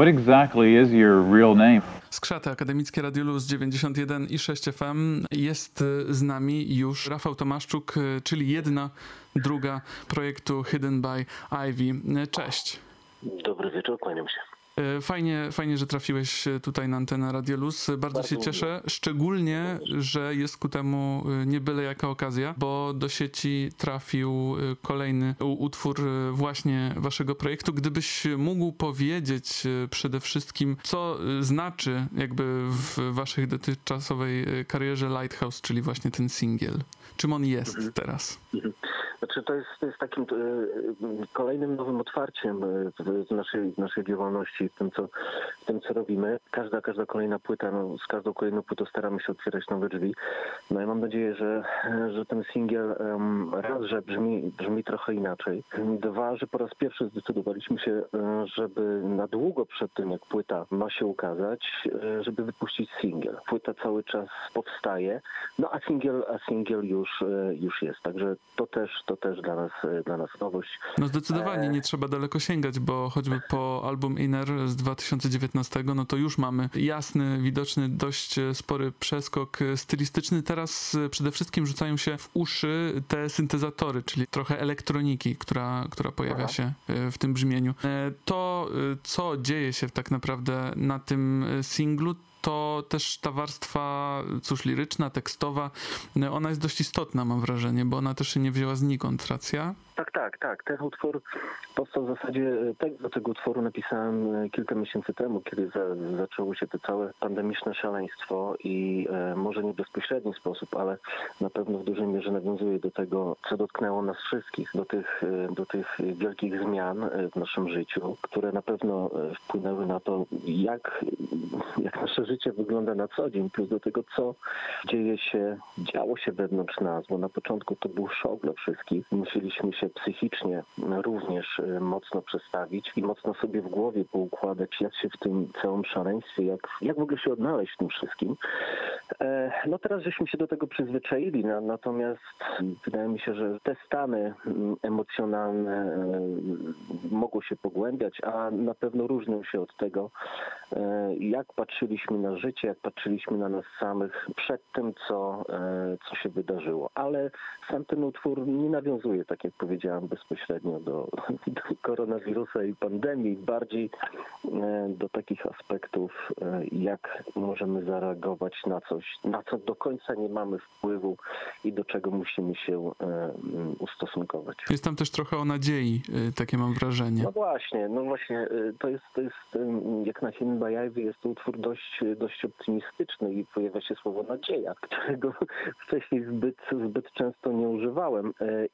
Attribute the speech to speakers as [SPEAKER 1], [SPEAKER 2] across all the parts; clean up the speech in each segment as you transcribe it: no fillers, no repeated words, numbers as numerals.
[SPEAKER 1] exactly is your real name?
[SPEAKER 2] Skrzaty Akademickie Radio Luz 91 i 6 FM. Jest z nami już Rafał Tomaszczuk, czyli jedna druga projektu Hidden by Ivy. Cześć.
[SPEAKER 3] Dobry wieczór, kłaniam się.
[SPEAKER 2] Fajnie, że trafiłeś tutaj na antenę Radio Luz. Bardzo się cieszę, szczególnie, że jest ku temu nie byle jaka okazja, bo do sieci trafił kolejny utwór właśnie waszego projektu. Gdybyś mógł powiedzieć przede wszystkim, co znaczy jakby w waszej dotychczasowej karierze Lighthouse, czyli właśnie ten singiel. Czym on jest teraz?
[SPEAKER 3] Znaczy to jest takim kolejnym nowym otwarciem w naszej działalności, w tym co robimy. Każda kolejna płyta, z każdą kolejną płytą staramy się otwierać nowe drzwi. No i mam nadzieję, że ten singiel raz, że brzmi trochę inaczej. Dwa, że po raz pierwszy zdecydowaliśmy się, żeby na długo przed tym, jak płyta ma się ukazać, żeby wypuścić singiel. Płyta cały czas powstaje, no a singiel już jest. Także to też dla nas nowość.
[SPEAKER 2] No zdecydowanie nie trzeba daleko sięgać, bo choćby po album Inner z 2019, no to już mamy jasny, widoczny, dość spory przeskok stylistyczny. Teraz przede wszystkim rzucają się w uszy te syntezatory, czyli trochę elektroniki, która pojawia się w tym brzmieniu. To, co dzieje się tak naprawdę na tym singlu, to też ta warstwa, liryczna, tekstowa, ona jest dość istotna, mam wrażenie, bo ona też się nie wzięła znikąd, racja?
[SPEAKER 3] Tak. Ten utwór powstał w zasadzie, do tego utworu napisałem kilka miesięcy temu, kiedy zaczęło się to całe pandemiczne szaleństwo i może nie w bezpośredni sposób, ale na pewno w dużej mierze nawiązuje do tego, co dotknęło nas wszystkich, do tych wielkich zmian w naszym życiu, które na pewno wpłynęły na to, jak nasze życie wygląda na co dzień, plus do tego, co działo się wewnątrz nas, bo na początku to był szok dla wszystkich. Musieliśmy się psychicznie również mocno przestawić i mocno sobie w głowie poukładać, jak się w tym całym szaleństwie, jak w ogóle się odnaleźć w tym wszystkim. No teraz żeśmy się do tego przyzwyczaili, natomiast wydaje mi się, że te stany emocjonalne mogą się pogłębiać, a na pewno różnią się od tego, jak patrzyliśmy na życie, jak patrzyliśmy na nas samych przed tym, co się wydarzyło. Ale sam ten utwór nie nawiązuje, tak jak powiedziałam, bezpośrednio do koronawirusa i pandemii, bardziej do takich aspektów, jak możemy zareagować na coś, na co do końca nie mamy wpływu i do czego musimy się ustosunkować.
[SPEAKER 2] Jest tam też trochę o nadziei, takie mam wrażenie.
[SPEAKER 3] No właśnie, to jest jak na Hidden by Ivy jest to utwór dość optymistyczny i pojawia się słowo nadzieja, którego wcześniej zbyt często nie używałem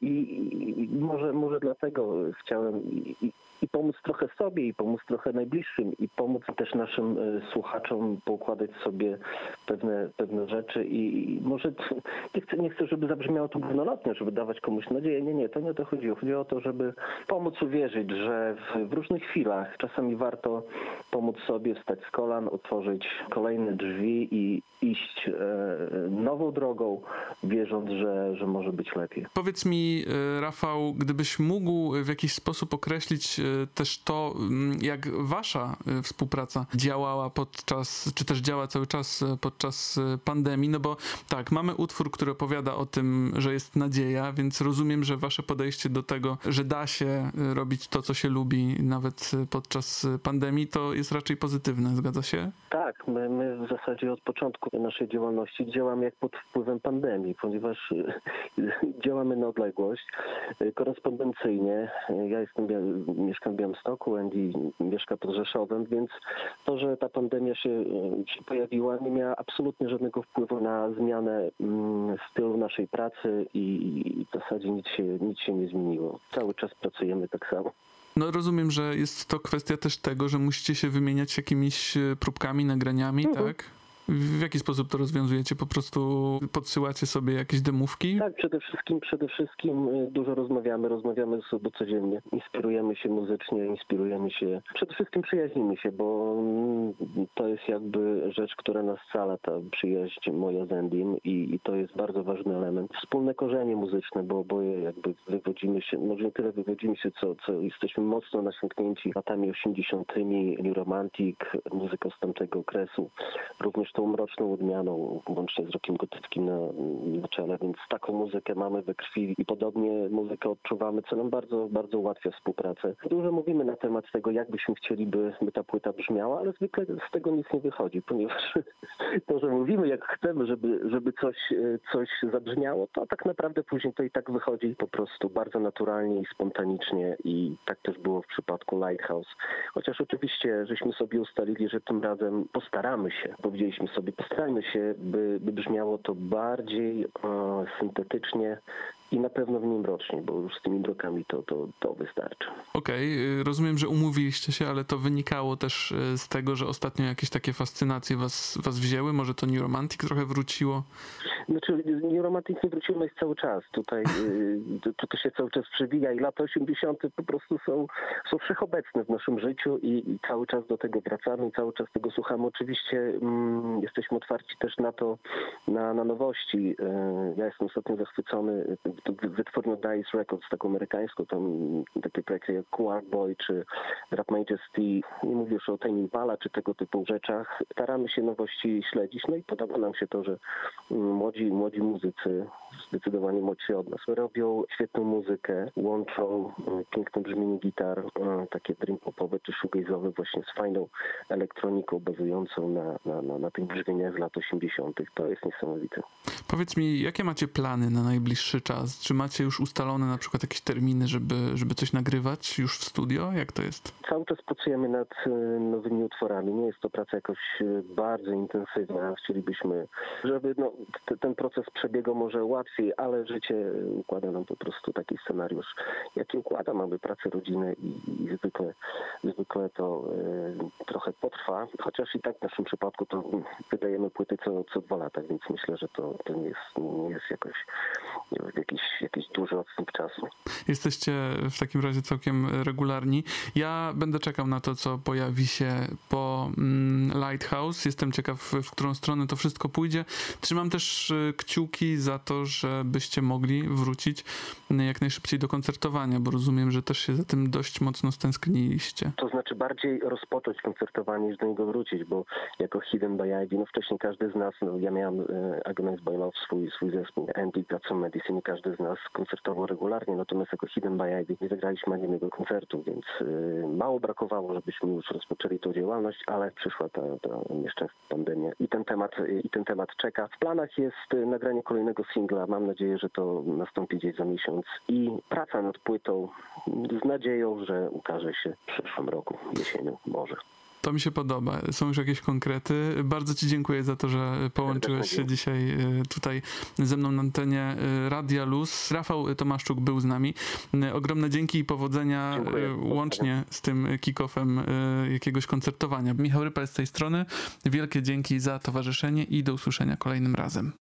[SPEAKER 3] i może dlatego chciałem i pomóc trochę sobie, i pomóc trochę najbliższym, i pomóc też naszym słuchaczom poukładać sobie pewne rzeczy i może nie chcę, żeby zabrzmiało to górnolotnie, żeby dawać komuś nadzieję. Nie, to nie o to chodziło. Chodziło o to, żeby pomóc uwierzyć, że w różnych chwilach czasami warto pomóc sobie wstać z kolan, otworzyć kolejne drzwi i iść nową drogą, wierząc, że może być lepiej.
[SPEAKER 2] Powiedz mi, Rafał, gdybyś mógł w jakiś sposób określić też to, jak wasza współpraca działała czy też działa cały czas podczas pandemii, no bo tak, mamy utwór, który opowiada o tym, że jest nadzieja, więc rozumiem, że wasze podejście do tego, że da się robić to, co się lubi nawet podczas pandemii, to jest raczej pozytywne, zgadza się?
[SPEAKER 3] Tak, my w zasadzie od początku naszej działalności działamy jak pod wpływem pandemii, ponieważ działamy na odległość, korespondencyjnie. Ja mieszkam w Białymstoku, Andy mieszka pod Rzeszowem, więc to, że ta pandemia się pojawiła, nie miała absolutnie żadnego wpływu na zmianę stylu naszej pracy i w zasadzie nic się nie zmieniło. Cały czas pracujemy tak samo.
[SPEAKER 2] No rozumiem, że jest to kwestia też tego, że musicie się wymieniać jakimiś próbkami, nagraniami, tak? W jaki sposób to rozwiązujecie? Po prostu podsyłacie sobie jakieś demówki?
[SPEAKER 3] Tak, przede wszystkim dużo rozmawiamy ze sobą codziennie. Inspirujemy się muzycznie, przede wszystkim przyjaźnimy się, bo to jest jakby rzecz, która nas scala, ta przyjaźń moja z Endym i to jest bardzo ważny element. Wspólne korzenie muzyczne, bo oboje jakby wywodzimy się, może nie tyle wywodzimy się, co jesteśmy mocno nasiąknięci latami 80., New Romantic, muzyką z tamtego okresu, również tą mroczną odmianą, łącznie z rockiem gotyckim na czele, więc taką muzykę mamy we krwi i podobnie muzykę odczuwamy, co nam bardzo, bardzo ułatwia współpracę. Dużo mówimy na temat tego, jak byśmy chcieli, by ta płyta brzmiała, ale zwykle z tego nic nie wychodzi, ponieważ to, że mówimy jak chcemy, żeby coś zabrzmiało, to tak naprawdę później to i tak wychodzi po prostu bardzo naturalnie i spontanicznie i tak też było w przypadku Lighthouse. Chociaż oczywiście żeśmy sobie ustalili, że tym razem powiedzieliśmy sobie, postarajmy się, by brzmiało to bardziej syntetycznie i na pewno w nim rocznie, bo już z tymi drogami to wystarczy.
[SPEAKER 2] Okej, rozumiem, że umówiliście się, ale to wynikało też z tego, że ostatnio jakieś takie fascynacje was wzięły? Może to New Romantic trochę wróciło?
[SPEAKER 3] Znaczy, New Romantic nie wróciło jest cały czas. Tutaj to się cały czas przewija i lata 80. po prostu są wszechobecne w naszym życiu i cały czas do tego wracamy i cały czas tego słuchamy. Oczywiście jesteśmy otwarci też na nowości. Ja jestem ostatnio zachwycony wytwórnią Dice Records, taką amerykańską, tam takie projekty jak Quark Boy czy Rap Majesty, nie mówię już o Tame Impala czy tego typu rzeczach. Staramy się nowości śledzić, no i podoba nam się to, że młodzi muzycy, zdecydowanie młodsi od nas, robią świetną muzykę, łączą piękne brzmienie gitar, takie dream popowe czy shoegaze'owe właśnie z fajną elektroniką bazującą na tych brzmieniach z lat 80. To jest niesamowite.
[SPEAKER 2] Powiedz mi, jakie macie plany na najbliższy czas? Czy macie już ustalone na przykład jakieś terminy, żeby coś nagrywać już w studio? Jak to jest?
[SPEAKER 3] Cały czas pracujemy nad nowymi utworami. Nie jest to praca jakoś bardzo intensywna. Chcielibyśmy, żeby ten proces przebiegał może łatwiej, ale życie układa nam po prostu taki scenariusz, jaki układa. Mamy pracę, rodzinę i zwykle to trochę potrwa, chociaż i tak w naszym przypadku to wydajemy płyty co 2 lata, więc myślę, że to nie jest jakiś duży odstęp czasu.
[SPEAKER 2] Jesteście w takim razie całkiem regularni. Ja będę czekał na to, co pojawi się po Lighthouse. Jestem ciekaw, w którą stronę to wszystko pójdzie. Trzymam też kciuki za to, żebyście mogli wrócić jak najszybciej do koncertowania, bo rozumiem, że też się za tym dość mocno stęskniliście.
[SPEAKER 3] To znaczy bardziej rozpocząć koncertowanie niż do niego wrócić, bo jako Hidden by Ivy, wcześniej każdy z nas, ja miałem Agonize by Love, swój zespół, Andy Gatson Medicine, każdy z nas koncertował regularnie, natomiast jako Hidden by Ivy nie zagraliśmy ani jednego koncertu, więc mało brakowało, żebyśmy już rozpoczęli tą działalność, ale przyszła ta nieszczęsna pandemia i ten temat czeka. W planach jest nagranie kolejnego singla, mam nadzieję, że to nastąpi gdzieś za miesiąc i praca nad płytą z nadzieją, że ukaże się w przyszłym roku, jesienią może.
[SPEAKER 2] To mi się podoba. Są już jakieś konkrety. Bardzo ci dziękuję za to, że połączyłeś się dzisiaj tutaj ze mną na antenie Radia Luz. Rafał Tomaszczuk był z nami. Ogromne dzięki i powodzenia.
[SPEAKER 3] Dziękuję.
[SPEAKER 2] Łącznie z tym kick-offem jakiegoś koncertowania. Michał Rypel z tej strony. Wielkie dzięki za towarzyszenie i do usłyszenia kolejnym razem.